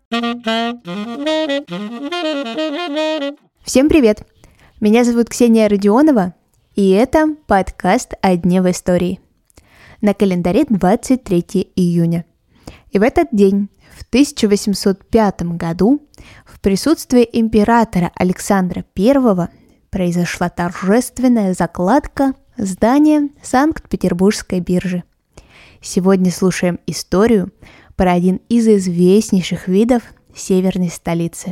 Всем привет! Меня зовут Ксения Родионова, и это подкаст «О дне в истории». На календаре 23 июня. И в этот день, в 1805 году, в присутствии императора Александра I произошла торжественная закладка здания Санкт-Петербургской биржи. Сегодня слушаем историю про один из известнейших видов северной столицы.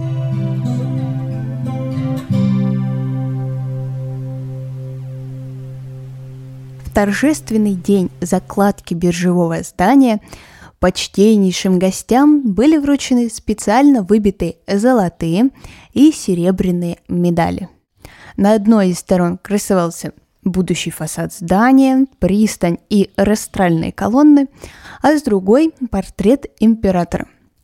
В торжественный день закладки биржевого здания почтеннейшим гостям были вручены специально выбитые золотые и серебряные медали. На одной из сторон красовался будущий фасад здания, пристань и растральные колонны, а с другой – портрет императора.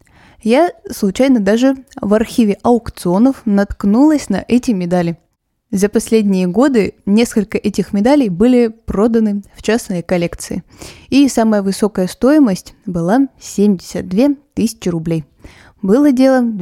Я случайно даже в архиве аукционов наткнулась на эти медали. За последние годы несколько этих медалей были проданы в частные коллекции, и самая высокая стоимость была 72 тысячи рублей. Было дело в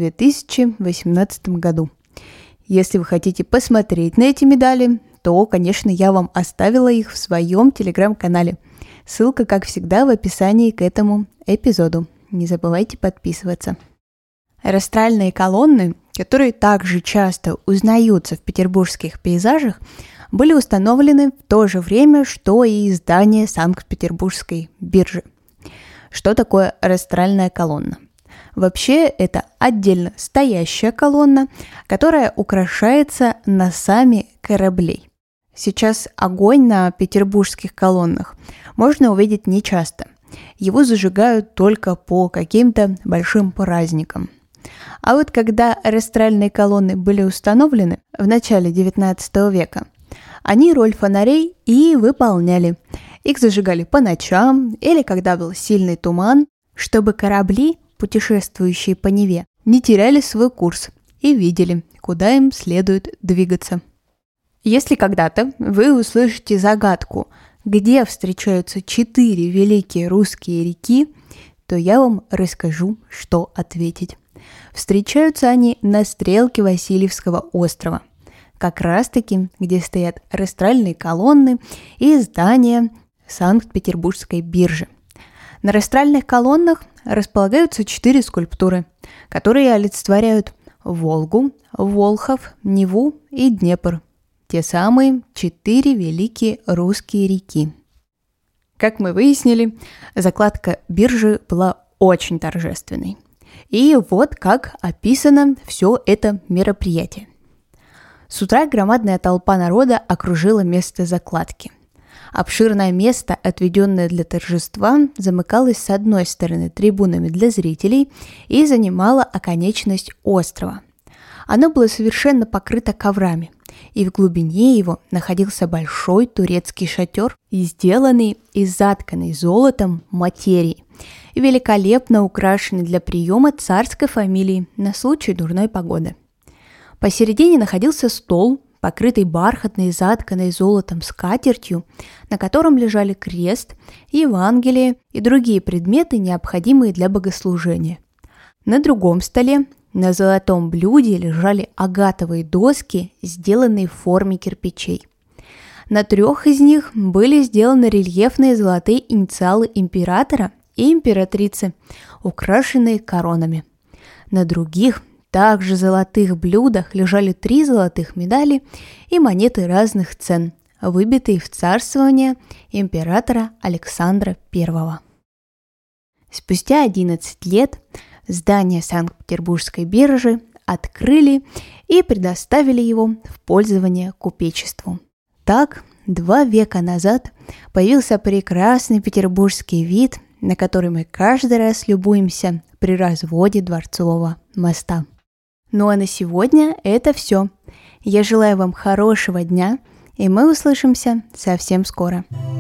2018 году. Если вы хотите посмотреть на эти медали, то, конечно, я вам оставила их в своем телеграм-канале. Ссылка, как всегда, в описании к этому эпизоду. Не забывайте подписываться. Растральные колонны, которые также часто узнаются в петербургских пейзажах, были установлены в то же время, что и здание Санкт-Петербургской биржи. Что такое растральная колонна? Вообще, это отдельно стоящая колонна, которая украшается носами кораблей. Сейчас огонь на петербургских колоннах можно увидеть нечасто. Его зажигают только по каким-то большим праздникам. А вот когда растральные колонны были установлены в начале XIX века, они роль фонарей и выполняли. Их зажигали по ночам или когда был сильный туман, чтобы корабли, путешествующие по Неве, не теряли свой курс и видели, куда им следует двигаться. Если когда-то вы услышите загадку, где встречаются 4 великие русские реки, то я вам расскажу, что ответить. Встречаются они на стрелке Васильевского острова, как раз-таки, где стоят растральные колонны и здания Санкт-Петербургской биржи. На растральных колоннах располагаются 4 скульптуры, которые олицетворяют Волгу, Волхов, Неву и Днепр. Те самые 4 великие русские реки. Как мы выяснили, закладка биржи была очень торжественной. И вот как описано все это мероприятие. С утра громадная толпа народа окружила место закладки. Обширное место, отведенное для торжества, замыкалось с одной стороны трибунами для зрителей и занимало оконечность острова. Оно было совершенно покрыто коврами, и в глубине его находился большой турецкий шатер, сделанный из затканной золотом материи, и великолепно украшенный для приема царской фамилии на случай дурной погоды. Посередине находился стол, покрытый бархатной затканной золотом скатертью, на котором лежали крест, Евангелие и другие предметы, необходимые для богослужения. На другом столе на золотом блюде лежали агатовые доски, сделанные в форме кирпичей. На 3 из них были сделаны рельефные золотые инициалы императора и императрицы, украшенные коронами. На других, также золотых блюдах, лежали 3 золотых медали и монеты разных цен, выбитые в царствование императора Александра I. Спустя 11 лет здание Санкт-Петербургской биржи открыли и предоставили его в пользование купечеству. Так, 2 века назад появился прекрасный петербургский вид, на который мы каждый раз любуемся при разводе Дворцового моста. Ну а на сегодня это все. Я желаю вам хорошего дня, и мы услышимся совсем скоро.